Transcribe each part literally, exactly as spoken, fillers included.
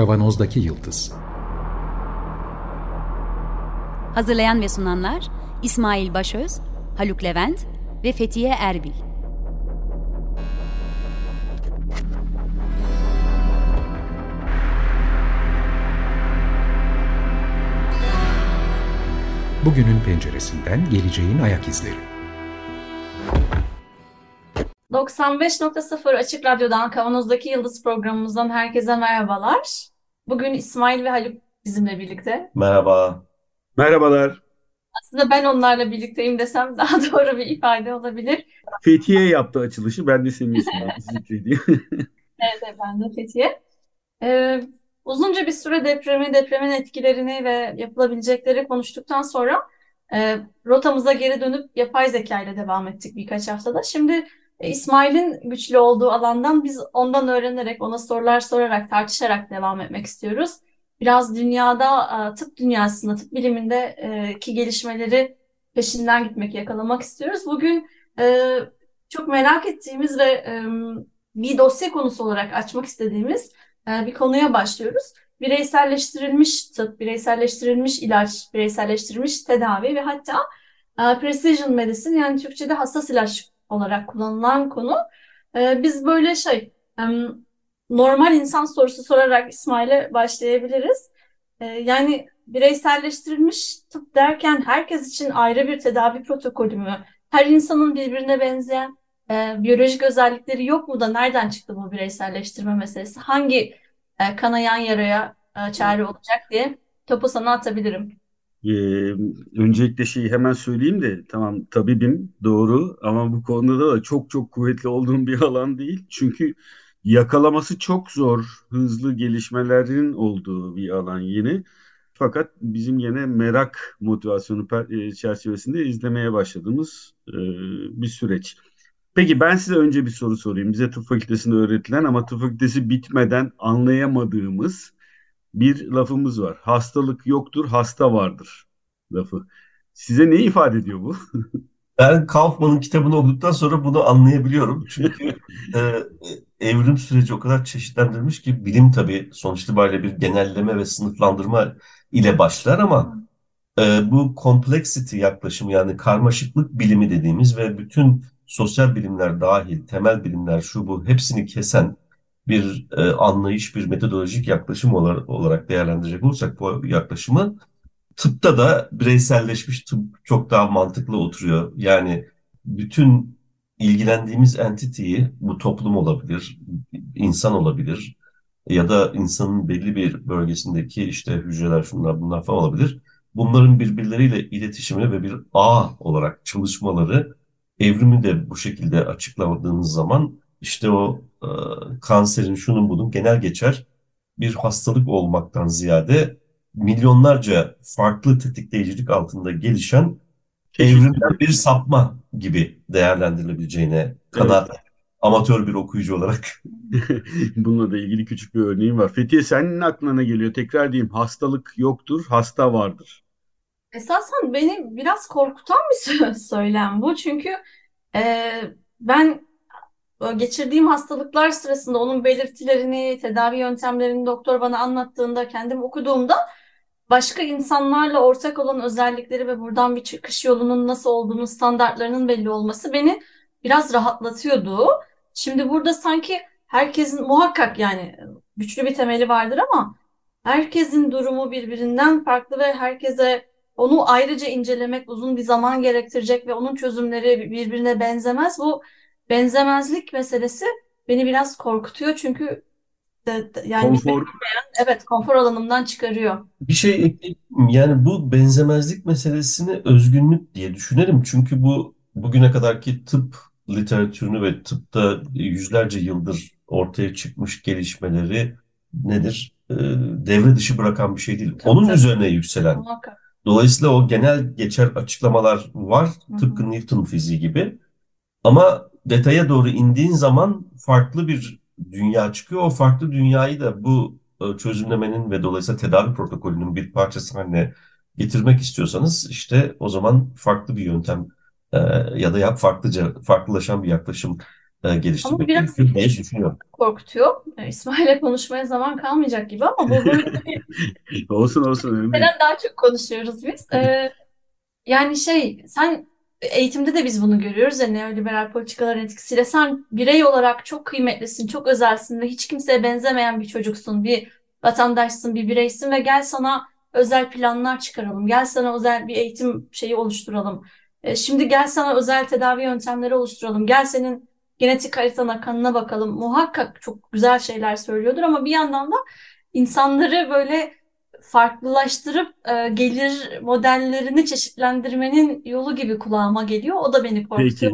Kavanozdaki Yıldız. Hazırlayan ve sunanlar İsmail Başöz, Haluk Levent ve Fethiye Erbil. Bugünün penceresinden geleceğin ayak izleri. doksan beş nokta sıfır Açık Radyo'dan Kavanoz'daki Yıldız programımızdan herkese merhabalar. Bugün İsmail ve Haluk bizimle birlikte. Merhaba. Merhabalar. Aslında ben onlarla birlikteyim desem daha doğru bir ifade olabilir. Fethiye yaptı açılışı. Ben de senin ismini zikredeyim. Evet, ben de Fethiye. Ee, uzunca bir süre depremi, depremin etkilerini ve yapılabilecekleri konuştuktan sonra e, rotamıza geri dönüp yapay zeka ile devam ettik birkaç haftada. Şimdi e, İsmail'in güçlü olduğu alandan biz ondan öğrenerek, ona sorular sorarak, tartışarak devam etmek istiyoruz. Biraz dünyada, e, tıp dünyasında, tıp bilimindeki gelişmeleri peşinden gitmek, yakalamak istiyoruz. Bugün e, çok merak ettiğimiz ve e, bir dosya konusu olarak açmak istediğimiz e, bir konuya başlıyoruz. Bireyselleştirilmiş tıp, bireyselleştirilmiş ilaç, bireyselleştirilmiş tedavi ve hatta e, precision medicine, yani Türkçe'de hassas ilaç olarak kullanılan konu. E, biz böyle şey, e, normal insan sorusu sorarak İsmail'e başlayabiliriz. E, yani bireyselleştirilmiş tıp derken herkes için ayrı bir tedavi protokolü mü? Her insanın birbirine benzeyen e, biyolojik özellikleri yok mu da nereden çıktı bu bireyselleştirme meselesi? Hangi e, kanayan yaraya e, çare olacak diye topu sana atabilirim. Ee, öncelikle şeyi hemen söyleyeyim de tamam, tabibim doğru ama bu konuda da çok çok kuvvetli olduğum bir alan değil. Çünkü yakalaması çok zor, hızlı gelişmelerin olduğu bir alan yeni. Fakat bizim yine merak motivasyonu per- e, çerçevesinde izlemeye başladığımız e, bir süreç. Peki ben size önce bir soru sorayım. Bize tıp fakültesinde öğretilen ama tıp fakültesi bitmeden anlayamadığımız bir lafımız var. Hastalık yoktur, hasta vardır lafı. Size ne ifade ediyor bu? Ben Kaufman'ın kitabını okuduktan sonra bunu anlayabiliyorum. Çünkü e, evrim süreci o kadar çeşitlendirilmiş ki bilim tabii sonuç itibariyle bir genelleme ve sınıflandırma ile başlar ama e, bu complexity yaklaşımı, yani karmaşıklık bilimi dediğimiz ve bütün sosyal bilimler dahil temel bilimler şu bu hepsini kesen bir e, anlayış, bir metodolojik yaklaşım olarak, olarak değerlendirecek olursak bu yaklaşımı, tıpta da bireyselleşmiş tıp çok daha mantıklı oturuyor. Yani bütün ilgilendiğimiz entiteyi, bu toplum olabilir, insan olabilir ya da insanın belli bir bölgesindeki işte hücreler, şunlar bunlar falan olabilir. Bunların birbirleriyle iletişimi ve bir ağ olarak çalışmaları, evrimi de bu şekilde açıklamadığınız zaman işte o e, kanserin, şunun bunun genel geçer bir hastalık olmaktan ziyade milyonlarca farklı tetikleyicilik altında gelişen evrimden bir sapma gibi değerlendirilebileceğine kanaat, evet. Amatör bir okuyucu olarak. Bununla da ilgili küçük bir örneğim var. Fethiye, senin aklına ne geliyor? Tekrar diyeyim, hastalık yoktur, hasta vardır. Esasen beni biraz korkutan bir sö- söylem bu. Çünkü e, ben geçirdiğim hastalıklar sırasında onun belirtilerini, tedavi yöntemlerini doktor bana anlattığında, kendim okuduğumda başka insanlarla ortak olan özellikleri ve buradan bir çıkış yolunun nasıl olduğunu, standartlarının belli olması beni biraz rahatlatıyordu. Şimdi burada sanki herkesin muhakkak, yani güçlü bir temeli vardır ama herkesin durumu birbirinden farklı ve herkese onu ayrıca incelemek uzun bir zaman gerektirecek ve onun çözümleri birbirine benzemez. Bu benzemezlik meselesi beni biraz korkutuyor çünkü de, de- yani bir Konfor. evet, konfor alanımdan çıkarıyor. Bir şey ekleyeyim. Yani bu benzemezlik meselesini özgünlük diye düşünelim. Çünkü bu bugüne kadarki tıp literatürünü ve tıpta yüzlerce yıldır ortaya çıkmış gelişmeleri nedir? Ee, devre dışı bırakan bir şey değil. Tabii, Onun tabii. üzerine yükselen. Muhakkak. Dolayısıyla o genel geçer açıklamalar var. Hı hı. Tıpkı Newton fiziği gibi. Ama detaya doğru indiğin zaman farklı bir dünya çıkıyor. O farklı dünyayı da bu e, çözümlemenin ve dolayısıyla tedavi protokolünün bir parçası haline getirmek istiyorsanız işte o zaman farklı bir yöntem e, ya da yap farklıca farklılaşan bir yaklaşım e, Ama geliştirmek biraz gerekiyor diye düşünüyorum. korkutuyor. E, İsmail'le konuşmaya zaman kalmayacak gibi ama bu böyle Olsun olsun önemli değil. neden daha çok konuşuyoruz biz. E, yani şey sen eğitimde de biz bunu görüyoruz ya neoliberal politikaların etkisiyle sen birey olarak çok kıymetlisin, çok özelsin ve hiç kimseye benzemeyen bir çocuksun, bir vatandaşsın, bir bireysin ve gel sana özel planlar çıkaralım. Gel sana özel bir eğitim şeyi oluşturalım. E, şimdi gel sana özel tedavi yöntemleri oluşturalım. Gel senin genetik haritana, kanına bakalım. Muhakkak çok güzel şeyler söylüyordur ama bir yandan da insanları böyle farklılaştırıp e, gelir modellerini çeşitlendirmenin yolu gibi kulağıma geliyor. O da beni korkutuyor. Peki.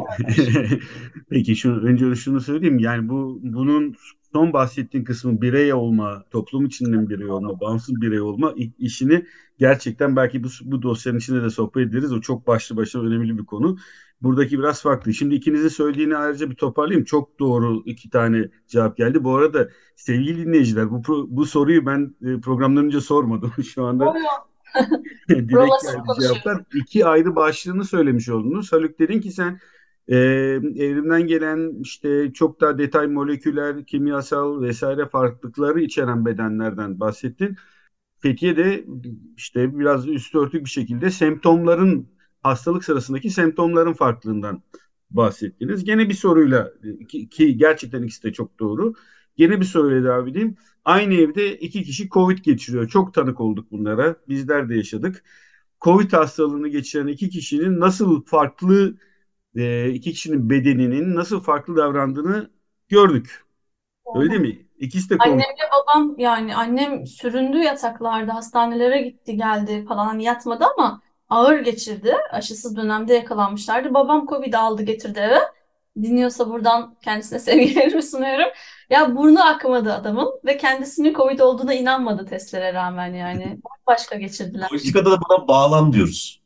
Peki şunu önce şunu söyleyeyim. Yani bu bunun son bahsettiğin kısmı birey olma, toplum içinden birey olma, bağımsız birey olma i- işini gerçekten belki bu, bu dosyanın içinde de sohbet ederiz. O çok başlı başına önemli bir konu. Buradaki biraz farklı. Şimdi ikinizin söylediğini ayrıca bir toparlayayım. Çok doğru iki tane cevap geldi. Bu arada sevgili dinleyiciler bu pro- bu soruyu ben e, programdan önce sormadım. Şu anda Oluyor. direkt Provasını geldi konuşuyoruz. cevaplar. İki ayrı başlığını söylemiş oldunuz. Haluk dedin ki sen e, evrimden gelen işte çok daha detay moleküler, kimyasal vesaire farklılıkları içeren bedenlerden bahsettin. Fethiye de işte biraz üstü örtük bir şekilde semptomların hastalık sırasındaki semptomların farklılığından bahsettiniz. Gene bir soruyla ki, ki gerçekten ikisi de çok doğru. Gene bir soruyla devam edeyim. Aynı evde iki kişi Covid geçiriyor. Çok tanık olduk bunlara. Bizler de yaşadık. Covid hastalığını geçiren iki kişinin nasıl farklı e, iki kişinin bedeninin nasıl farklı davrandığını gördük. Öyle değil mi? İkisi de Covid. Annemle babam yani annem süründü yataklarda hastanelere gitti geldi falan hani yatmadı ama ağır geçirdi. Aşısız dönemde yakalanmışlardı. Babam Covid aldı getirdi eve. Dinliyorsa buradan kendisine sevgilerimi sunuyorum. Ya burnu akmadı adamın ve kendisinin Covid olduğuna inanmadı testlere rağmen yani. Başka geçirdiler. Politikada da buna bağlam diyoruz.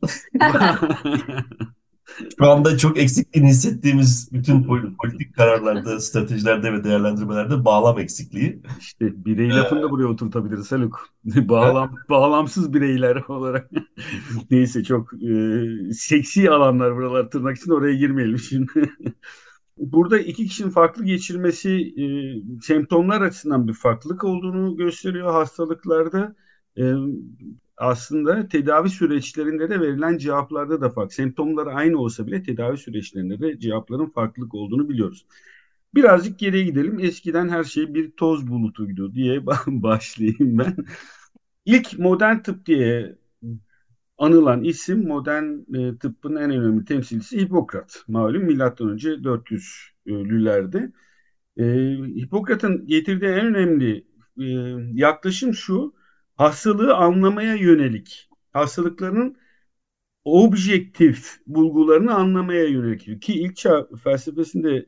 Şu anda çok eksikliğini hissettiğimiz bütün pol- politik kararlarda, stratejilerde ve değerlendirmelerde bağlam eksikliği. İşte birey Ee, lafını da buraya oturtabiliriz Haluk. ha? Bağlam, bağlamsız bireyler olarak. Neyse çok e, seksi alanlar buralar tırnak için oraya girmeyelim şimdi. Burada iki kişinin farklı geçirmesi e, semptomlar açısından bir farklılık olduğunu gösteriyor hastalıklarda. E, aslında tedavi süreçlerinde de verilen cevaplarda da fark. Semptomları aynı olsa bile tedavi süreçlerinde de cevapların farklılık olduğunu biliyoruz. Birazcık geriye gidelim. Eskiden her şey bir toz bulutuydu diye başlayayım ben. İlk modern tıp diye anılan isim modern e, tıbbın en önemli temsilcisi Hipokrat. Malum milattan önce dört yüzlülerde. E, Hipokrat'ın getirdiği en önemli e, yaklaşım şu: hastalığı anlamaya yönelik, hastalıkların objektif bulgularını anlamaya yönelik. Ki ilk çağ felsefesinde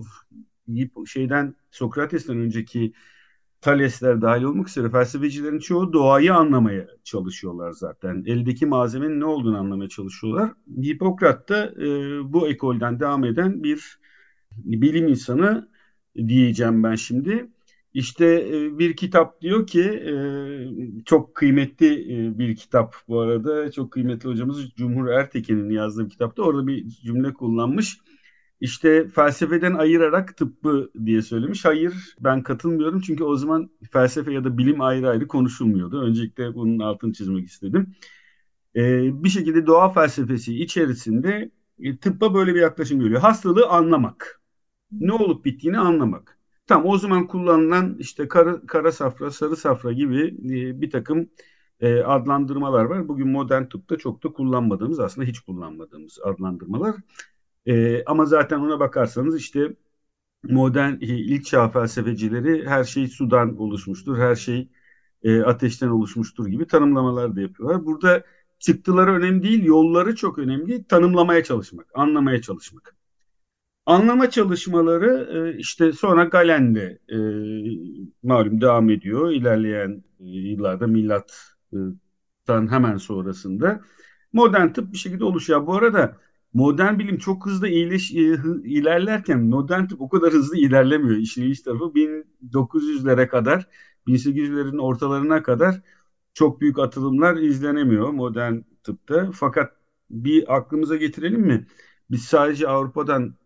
e, şeyden Sokrates'ten önceki Thalesler dahil olmak üzere felsefecilerin çoğu doğayı anlamaya çalışıyorlar zaten. Eldeki malzemenin ne olduğunu anlamaya çalışıyorlar. Hipokrat da e, bu ekolden devam eden bir bilim insanı diyeceğim ben şimdi. İşte e, bir kitap diyor ki e, çok kıymetli e, bir kitap bu arada. Çok kıymetli hocamız Cumhur Ertekin'in yazdığı bir kitapta orada bir cümle kullanmış. İşte felsefeden ayırarak tıbbı diye söylemiş. Hayır, ben katılmıyorum çünkü o zaman felsefe ya da bilim ayrı ayrı konuşulmuyordu. Öncelikle bunun altını çizmek istedim. Ee, bir şekilde doğa felsefesi içerisinde e, tıbba böyle bir yaklaşım görüyor. Hastalığı anlamak, ne olup bittiğini anlamak. Tam o zaman kullanılan işte kara, kara safra, sarı safra gibi e, bir takım e, adlandırmalar var. Bugün modern tıpta çok da kullanmadığımız, aslında hiç kullanmadığımız adlandırmalar. E, ama zaten ona bakarsanız işte modern e, ilk çağ felsefecileri her şey sudan oluşmuştur, her şey e, ateşten oluşmuştur gibi tanımlamalar da yapıyorlar. Burada çıktıları önemli değil, yolları çok önemli. Tanımlamaya çalışmak, anlamaya çalışmak. Anlama çalışmaları e, işte sonra Galen'de e, malum devam ediyor. İlerleyen e, yıllarda milattan hemen sonrasında modern tıp bir şekilde oluşuyor. Bu arada modern bilim çok hızlı iyileş, e, hı- ilerlerken modern tıp o kadar hızlı ilerlemiyor. İşin ilginç tarafı bin dokuz yüzlere kadar, bin sekiz yüzlerin ortalarına kadar çok büyük atılımlar izlenemiyor modern tıpta. Fakat bir aklımıza getirelim mi? Biz sadece Avrupa'dan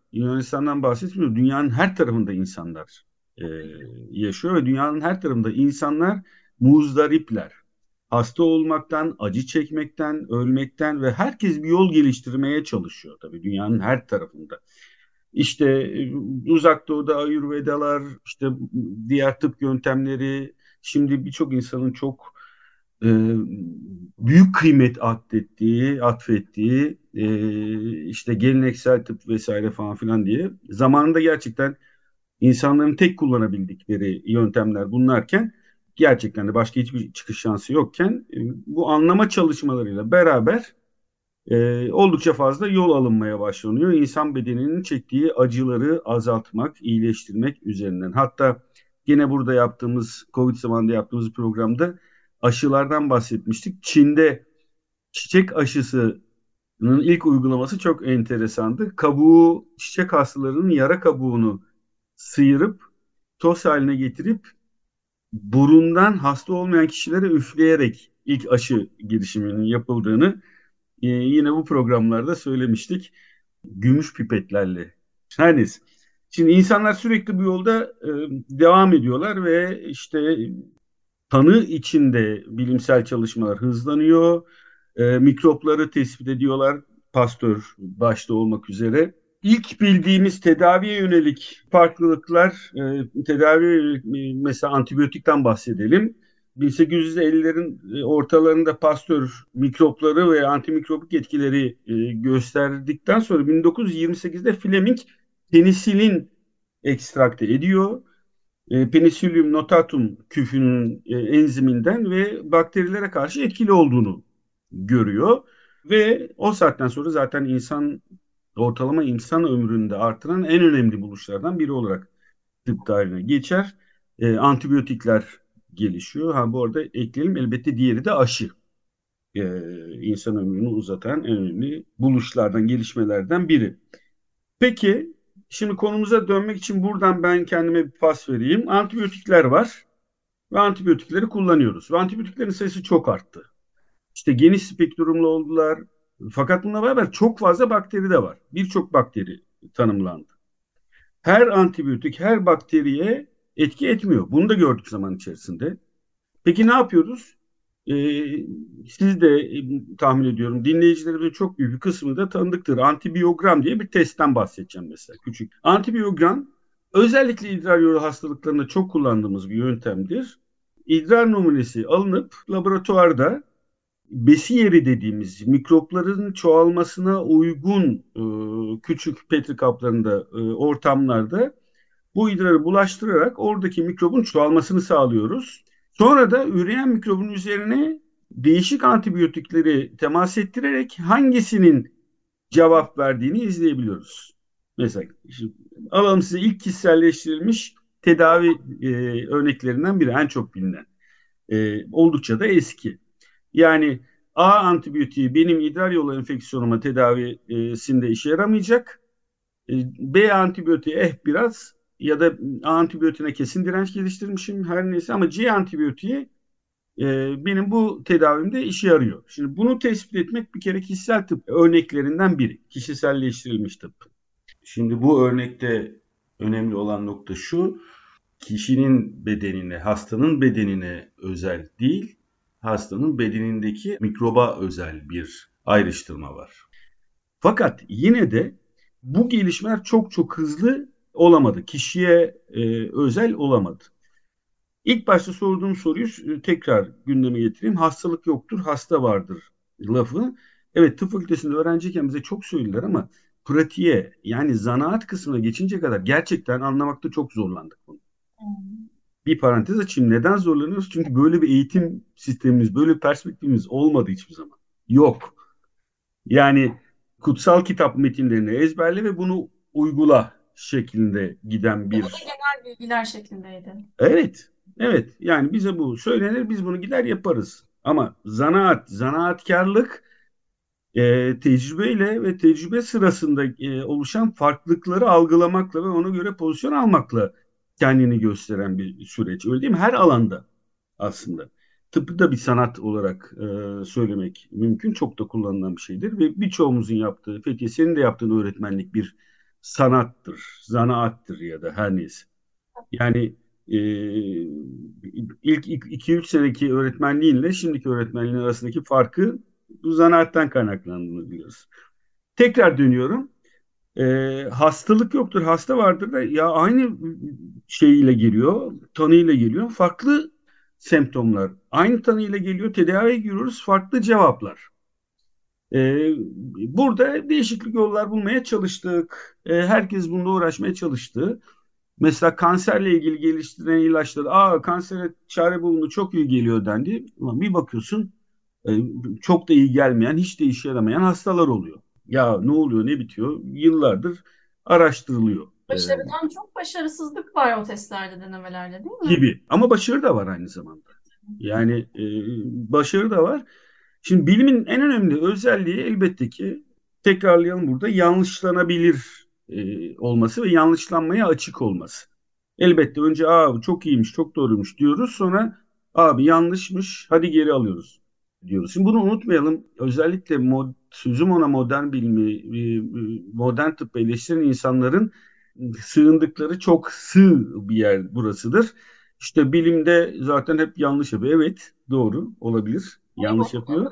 Yunanistan'dan bahsetmiyorum. Dünyanın her tarafında insanlar e, yaşıyor ve dünyanın her tarafında insanlar muzdaripler. Hasta olmaktan, acı çekmekten, ölmekten ve herkes bir yol geliştirmeye çalışıyor tabii dünyanın her tarafında. İşte e, Uzak Doğu'da Ayurvedalar, işte diğer tıp yöntemleri, şimdi birçok insanın çok e, büyük kıymet atfettiği, atfettiği e, işte geleneksel tıp vesaire falan filan diye zamanında gerçekten insanların tek kullanabildikleri yöntemler bunlarken gerçekten de başka hiçbir çıkış şansı yokken e, bu anlama çalışmalarıyla beraber e, oldukça fazla yol alınmaya başlanıyor. İnsan bedeninin çektiği acıları azaltmak, iyileştirmek üzerinden. Hatta yine burada yaptığımız, Covid zamanında yaptığımız programda aşılardan bahsetmiştik. Çin'de çiçek aşısının ilk uygulaması çok enteresandı. Kabuğu, çiçek hastalarının yara kabuğunu sıyırıp toz haline getirip burundan hasta olmayan kişilere üfleyerek ilk aşı girişiminin yapıldığını e, yine bu programlarda söylemiştik. Gümüş pipetlerle. Her neyse. Şimdi insanlar sürekli bu yolda e, devam ediyorlar ve işte tanı içinde bilimsel çalışmalar hızlanıyor. E, mikropları tespit ediyorlar. Pastör başta olmak üzere. İlk bildiğimiz tedaviye yönelik farklılıklar, e, tedaviye yönelik e, mesela antibiyotikten bahsedelim. bin sekiz yüz ellilerin e, ortalarında Pasteur mikropları ve antimikropik etkileri e, gösterdikten sonra bin dokuz yüz yirmi sekizde Fleming penisilin ekstrakte ediyor. E, Penicillium notatum küfünün e, enziminden ve bakterilere karşı etkili olduğunu görüyor. Ve o saatten sonra zaten insan ortalama insan ömründe artıran en önemli buluşlardan biri olarak tıp tarihine geçer. E, antibiyotikler gelişiyor. Ha bu arada ekleyelim elbette diğeri de aşı. E, insan ömrünü uzatan en önemli buluşlardan, gelişmelerden biri. Peki şimdi konumuza dönmek için buradan ben kendime bir pas vereyim. Antibiyotikler var ve antibiyotikleri kullanıyoruz. Ve antibiyotiklerin sayısı çok arttı. İşte geniş spektrumlu oldular. Fakat bununla beraber çok fazla bakteri de var. Birçok bakteri tanımlandı. Her antibiyotik her bakteriye etki etmiyor. Bunu da gördük zaman içerisinde. Peki ne yapıyoruz? Ee, siz de e, tahmin ediyorum dinleyicilerimizin çok büyük bir kısmı da tanıdıktır. Antibiyogram diye bir testten bahsedeceğim mesela. Küçük. Antibiyogram özellikle idrar yolu hastalıklarında çok kullandığımız bir yöntemdir. İdrar numunesi alınıp laboratuvarda besiyeri dediğimiz mikropların çoğalmasına uygun e, küçük petri kaplarında e, ortamlarda bu idrarı bulaştırarak oradaki mikrobun çoğalmasını sağlıyoruz. Sonra da üreyen mikrobun üzerine değişik antibiyotikleri temas ettirerek hangisinin cevap verdiğini izleyebiliyoruz. Mesela şimdi alalım size ilk kişiselleştirilmiş tedavi e, örneklerinden biri, en çok bilinen. E, oldukça da eski. Yani A antibiyotiği benim idrar yolu enfeksiyonuma tedavisinde işe yaramayacak. E, B antibiyotiği eh biraz ya da A antibiyotiğine kesin direnç geliştirmişim her neyse ama C antibiyotiği e, benim bu tedavimde işe yarıyor. Şimdi bunu tespit etmek bir kere kişisel tıp örneklerinden biri. Kişiselleştirilmiş tıp. Şimdi bu örnekte önemli olan nokta şu: kişinin bedenine, hastanın bedenine özel değil, hastanın bedenindeki mikroba özel bir ayrıştırma var. Fakat yine de bu gelişmeler çok çok hızlı olamadı. Kişiye e, özel olamadı. İlk başta sorduğum soruyu e, tekrar gündeme getireyim. Hastalık yoktur, hasta vardır lafı. Evet, tıp fakültesinde öğrenciyken bize çok söylediler ama pratiğe, yani zanaat kısmına geçince kadar gerçekten anlamakta çok zorlandık bunu. Bir parantez açayım. Neden zorlanıyoruz? Çünkü böyle bir eğitim sistemimiz, böyle bir perspektifimiz olmadı hiçbir zaman. Yok. Yani kutsal kitap metinlerini ezberle ve bunu uygula şeklinde giden bir... Bu da genel bilgiler şeklindeydi. Evet, evet. Yani bize bu söylenir, biz bunu gider yaparız. Ama zanaat, zanaatkarlık e, tecrübeyle ve tecrübe sırasında e, oluşan farklılıkları algılamakla ve ona göre pozisyon almakla kendini gösteren bir süreç. Öyle değil mi? Her alanda aslında. Tıbbı da bir sanat olarak e, söylemek mümkün. Çok da kullanılan bir şeydir. Ve birçoğumuzun yaptığı, Fethiye senin de yaptığın öğretmenlik bir sanattır, zanaattır ya da her neyse. Yani e, ilk iki üç seneki öğretmenliğinle şimdiki öğretmenliğin arasındaki farkı bu zanaattan kaynaklandığını biliyoruz. Tekrar dönüyorum. E, hastalık yoktur, hasta vardır da ya aynı şeyiyle geliyor, tanıyla geliyor. Farklı semptomlar. Aynı tanıyla geliyor, tedaviye giriyoruz, farklı cevaplar. E, burada değişiklik yollar bulmaya çalıştık. E, herkes bununla uğraşmaya çalıştı. Mesela kanserle ilgili geliştirilen ilaçlar, aa kansere çare bulundu çok iyi geliyor dendi. Ama bir bakıyorsun e, çok da iyi gelmeyen, hiç de işe yaramayan hastalar oluyor. Ya ne oluyor, ne bitiyor? Yıllardır araştırılıyor e, Başarıdan çok başarısızlık var o testlerde, denemelerde, değil mi? gibi. Ama başarı da var aynı zamanda. Yani e, başarı da var. Şimdi bilimin en önemli özelliği elbette ki tekrarlayalım burada yanlışlanabilir e, olması ve yanlışlanmaya açık olması. Elbette önce aa bu çok iyiymiş, çok doğruymuş diyoruz. Sonra abi yanlışmış, hadi geri alıyoruz diyoruz. Şimdi bunu unutmayalım. Özellikle mod, sözüm ona modern bilimi, e, modern tıbbı eleştiren insanların sığındıkları çok sığ bir yer burasıdır. İşte bilimde zaten hep yanlış yapıyor. Evet, doğru olabilir. Yanlış yapıyor.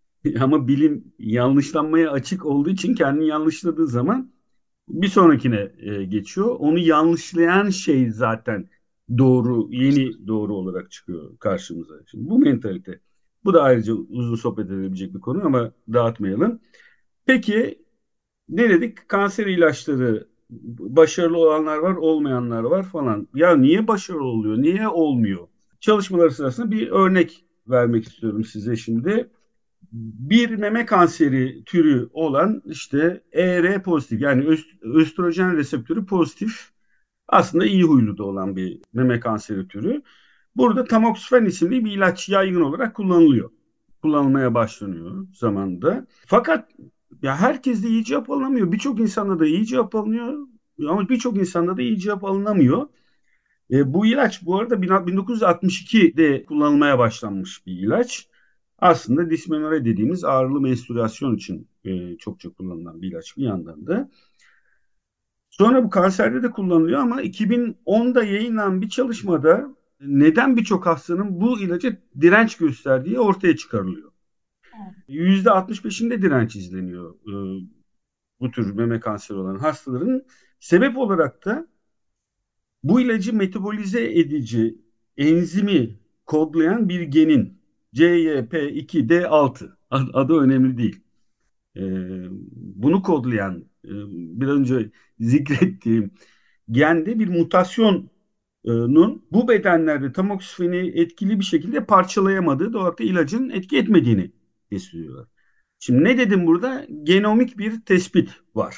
Ama bilim yanlışlanmaya açık olduğu için kendini yanlışladığı zaman bir sonrakine e, geçiyor. Onu yanlışlayan şey zaten doğru, yeni doğru olarak çıkıyor karşımıza. Şimdi bu mentalite. Bu da ayrıca uzun sohbet edilebilecek bir konu ama dağıtmayalım. Peki ne dedik? Kanser ilaçları başarılı olanlar var, olmayanlar var falan. Ya niye başarılı oluyor, niye olmuyor? Çalışmalar sırasında bir örnek vermek istiyorum size şimdi. Bir meme kanseri türü olan işte E R pozitif yani östrojen reseptörü pozitif aslında iyi huylu da olan bir meme kanseri türü. Burada tamoksifen isimli bir ilaç yaygın olarak kullanılıyor. Kullanılmaya başlanıyor zamanında. Fakat ya herkes de iyi cevap alınamıyor. Birçok insanda da iyi cevap alınıyor ama birçok insanda da iyi cevap alınamıyor. E, bu ilaç bu arada bin dokuz yüz altmış ikide kullanılmaya başlanmış bir ilaç. Aslında dismenore dediğimiz ağrılı menstrüasyon için e, çokça kullanılan bir ilaç bir yandan da. Sonra bu kanserde de kullanılıyor ama iki bin onda yayınlanan bir çalışmada neden birçok hastanın bu ilaca direnç gösterdiği ortaya çıkarılıyor. yüzde altmış beşinde direnç izleniyor e, bu tür meme kanseri olan hastaların. Sebep olarak da bu ilacı metabolize edici enzimi kodlayan bir genin C Y P iki D altı adı önemli değil. Ee, bunu kodlayan e, bir önce zikrettiğim gende bir mutasyonun bu bedenlerde tamoksifeni etkili bir şekilde parçalayamadığı doğrudan ilacın etki etmediğini tespit ediyorlar. Şimdi ne dedim burada? Genomik bir tespit var.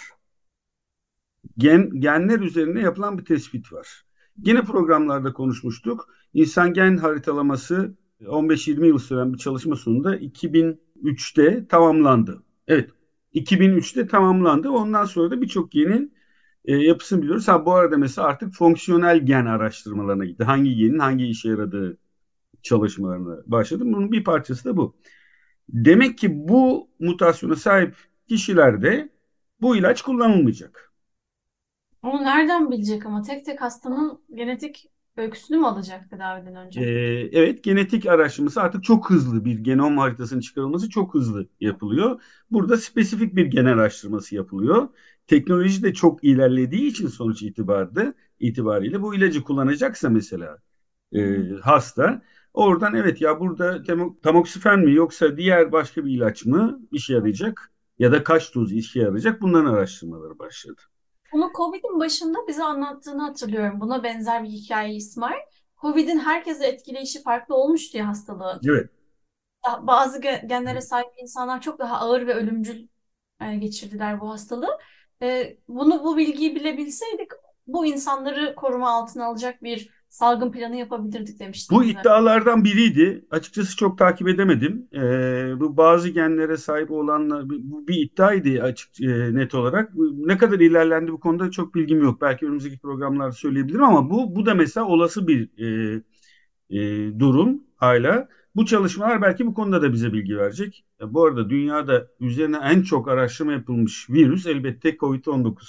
Gen, genler üzerine yapılan bir tespit var. Yine programlarda konuşmuştuk. İnsan gen haritalaması on beş yirmi yıl süren bir çalışma sonunda iki bin üçte tamamlandı. Evet, iki bin üçte tamamlandı. Ondan sonra da birçok genin e, yapısını biliyoruz. Ha, bu arada mesela artık fonksiyonel gen araştırmalarına gitti. Hangi genin hangi işe yaradığı çalışmalarına başladı. Bunun bir parçası da bu. Demek ki bu mutasyona sahip kişilerde bu ilaç kullanılmayacak. Onu nereden bilecek ama tek tek hastanın genetik öyküsünü mü alacak tedaviden önce? Ee, evet, genetik araştırması artık çok hızlı bir genom haritasının çıkarılması çok hızlı yapılıyor. Burada spesifik bir gen araştırması yapılıyor. Teknoloji de çok ilerlediği için sonuç itibarı itibariyle bu ilacı kullanacaksa mesela e, hasta oradan evet ya burada tamoksifen mi yoksa diğer başka bir ilaç mı işe yarayacak ya da kaç doz işe yarayacak bunların araştırmaları başladı. Bunu Covid'in başında bize anlattığını hatırlıyorum. Buna benzer bir hikaye İsmail. Covid'in herkese etkileyişi farklı olmuş diye hastalığı. Evet. Bazı genlere sahip insanlar çok daha ağır ve ölümcül geçirdiler bu hastalığı. Bunu bu bilgiyi bilebilseydik bu insanları koruma altına alacak bir salgın planı yapabilirdik demiştim. Bu iddialardan biriydi. Açıkçası çok takip edemedim. Ee, bu bazı genlere sahip olanlar bu bir iddiaydı açık e, net olarak. Ne kadar ilerlendi bu konuda çok bilgim yok. Belki önümüzdeki programlarda söyleyebilirim ama bu bu da mesela olası bir e, e, durum hala. Bu çalışmalar belki bu konuda da bize bilgi verecek. E, bu arada dünyada üzerine en çok araştırma yapılmış virüs elbette kovid on dokuz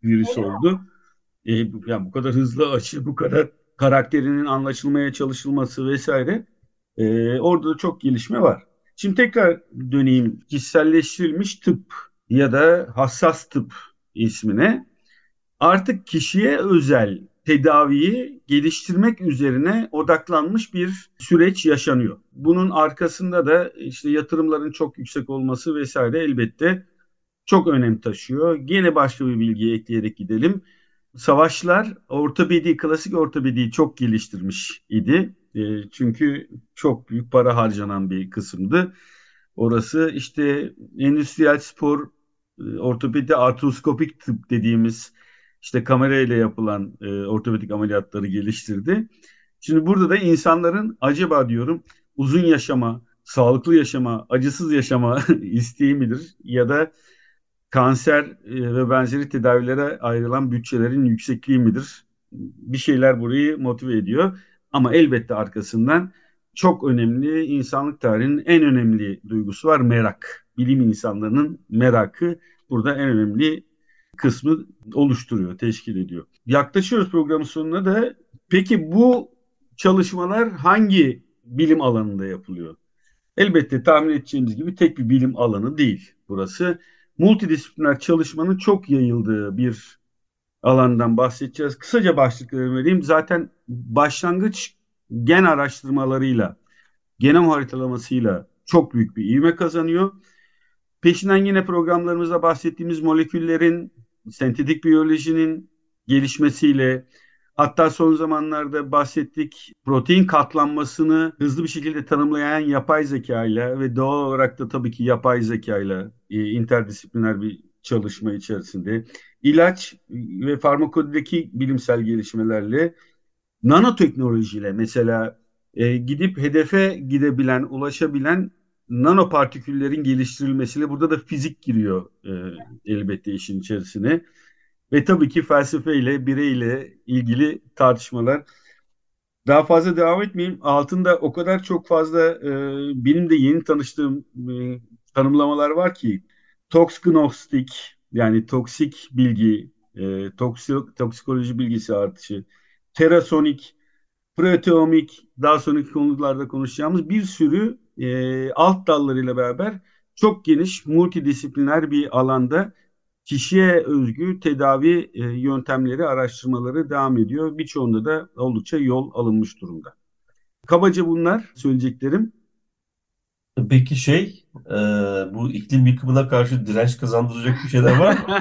virüs Öyle mi? oldu. E, yani bu kadar hızlı aşı, bu kadar karakterinin anlaşılmaya çalışılması vesaire, e, orada da çok gelişme var. Şimdi tekrar döneyim kişiselleştirilmiş tıp ya da hassas tıp ismine. Artık kişiye özel tedaviyi geliştirmek üzerine odaklanmış bir süreç yaşanıyor. Bunun arkasında da işte yatırımların çok yüksek olması vesaire elbette çok önem taşıyor. Gene başka bir bilgi ekleyerek gidelim. Savaşlar ortopedi, klasik ortopediyi çok geliştirmiş idi. E, çünkü çok büyük para harcanan bir kısımdı. Orası işte endüstriyel spor, e, ortopedi, artroskopik tıp dediğimiz işte kamerayla yapılan e, ortopedik ameliyatları geliştirdi. Şimdi burada da insanların acaba diyorum uzun yaşama, sağlıklı yaşama, acısız yaşama isteği midir? Ya da kanser e, ve benzeri tedavilere ayrılan bütçelerin yüksekliği midir? Bir şeyler burayı motive ediyor. Ama elbette arkasından çok önemli, insanlık tarihinin en önemli duygusu var, merak. Bilim insanlarının merakı burada en önemli kısmı oluşturuyor, teşkil ediyor. Yaklaşıyoruz programın sonuna da. Peki bu çalışmalar hangi bilim alanında yapılıyor? Elbette tahmin edeceğimiz gibi tek bir bilim alanı değil burası. Multidisipliner çalışmanın çok yayıldığı bir alandan bahsedeceğiz. Kısaca başlıklarını vereyim. Zaten başlangıç gen araştırmalarıyla, genom haritalamasıyla çok büyük bir ivme kazanıyor. Peşinden yine programlarımızda bahsettiğimiz moleküllerin, sentetik biyolojinin gelişmesiyle, hatta son zamanlarda bahsettik protein katlanmasını hızlı bir şekilde tanımlayan yapay zeka ile ve doğal olarak da tabii ki yapay zeka ile e, interdisipliner bir çalışma içerisinde ilaç ve farmakodideki bilimsel gelişmelerle nanoteknolojiyle mesela e, gidip hedefe gidebilen, ulaşabilen nanopartiküllerin geliştirilmesiyle burada da fizik giriyor e, elbette işin içerisine. Ve tabii ki felsefeyle, bireyle ilgili tartışmalar. Daha fazla devam etmeyeyim. Altında o kadar çok fazla e, benim de yeni tanıştığım e, tanımlamalar var ki toxgnostik yani toksik bilgi, e, toksik, toksikoloji bilgisi artışı, terasonik, proteomik, daha sonraki konularda konuşacağımız bir sürü e, alt dallarıyla beraber çok geniş, multidisipliner bir alanda kişiye özgü tedavi e, yöntemleri, araştırmaları devam ediyor. Birçoğunda da oldukça yol alınmış durumda. Kabaca bunlar söyleyeceklerim. Peki şey, e, bu iklim yıkımına karşı direnç kazandıracak bir şeyler var mı?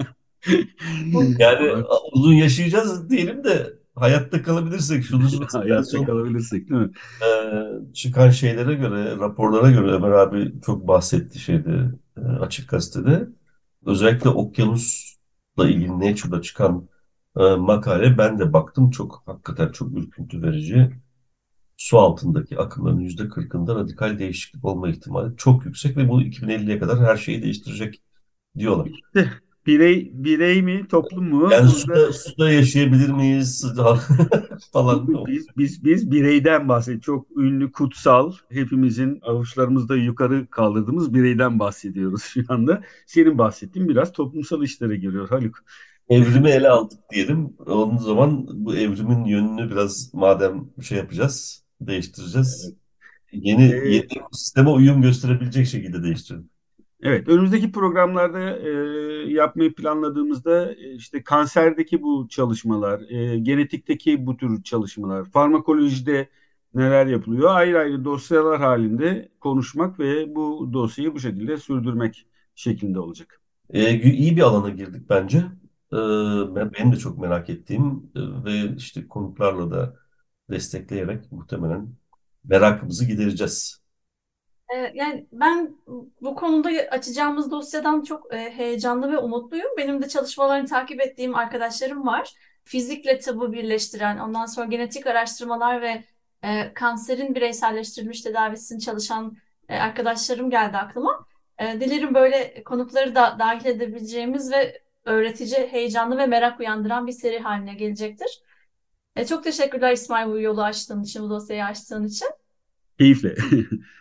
Yani uzun yaşayacağız diyelim de hayatta kalabilirsek şunu mesela en Hayatta son kalabilirsek değil mi? e, çıkan şeylere göre, raporlara göre Ömer abi çok bahsetti şeyde e, Açık Gazete'de. Özellikle okyanusla ilgili Nature'da çıkan e, makale ben de baktım çok hakikaten çok ürküntü verici. Su altındaki akımların yüzde kırkında radikal değişiklik olma ihtimali çok yüksek ve bu iki bin elliye kadar her şeyi değiştirecek diyorlar. İşte birey birey mi, toplum mu? Yani Burada suda, suda yaşayabilir miyiz falan. biz biz biz bireyden bahsediyoruz. Çok ünlü, kutsal, hepimizin avuçlarımızda yukarı kaldırdığımız bireyden bahsediyoruz şu anda. Senin bahsettiğin biraz toplumsal işlere giriyor Haluk. Evrimi ele aldık diyelim. Onun zaman bu evrimin yönünü biraz madem şey yapacağız, değiştireceğiz. Yeni, yeni Ee, sisteme uyum gösterebilecek şekilde değiştirelim. Evet, önümüzdeki programlarda e, yapmayı planladığımızda e, işte kanserdeki bu çalışmalar, e, genetikteki bu tür çalışmalar, farmakolojide neler yapılıyor, ayrı ayrı dosyalar halinde konuşmak ve bu dosyayı bu şekilde sürdürmek şeklinde olacak. Ee, iyi bir alana girdik bence. Ee, ben- benim de çok merak ettiğim e, ve işte konuklarla da destekleyerek muhtemelen merakımızı gidereceğiz. Ee, Yani ben bu konuda açacağımız dosyadan çok e, heyecanlı ve umutluyum. Benim de çalışmalarını takip ettiğim arkadaşlarım var. Fizikle tıbbı birleştiren, ondan sonra genetik araştırmalar ve e, kanserin bireyselleştirilmiş tedavisini çalışan e, arkadaşlarım geldi aklıma. E, dilerim böyle konukları da dahil edebileceğimiz ve öğretici, heyecanlı ve merak uyandıran bir seri haline gelecektir. E, çok teşekkürler İsmail, bu yolu açtığın için, bu dosyayı açtığın için. Keyifle.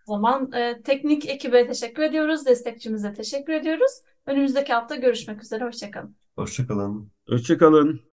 O zaman e, teknik ekibe teşekkür ediyoruz, destekçimize teşekkür ediyoruz. Önümüzdeki hafta görüşmek üzere, hoşça kalın. Hoşça kalın. Hoşça kalın.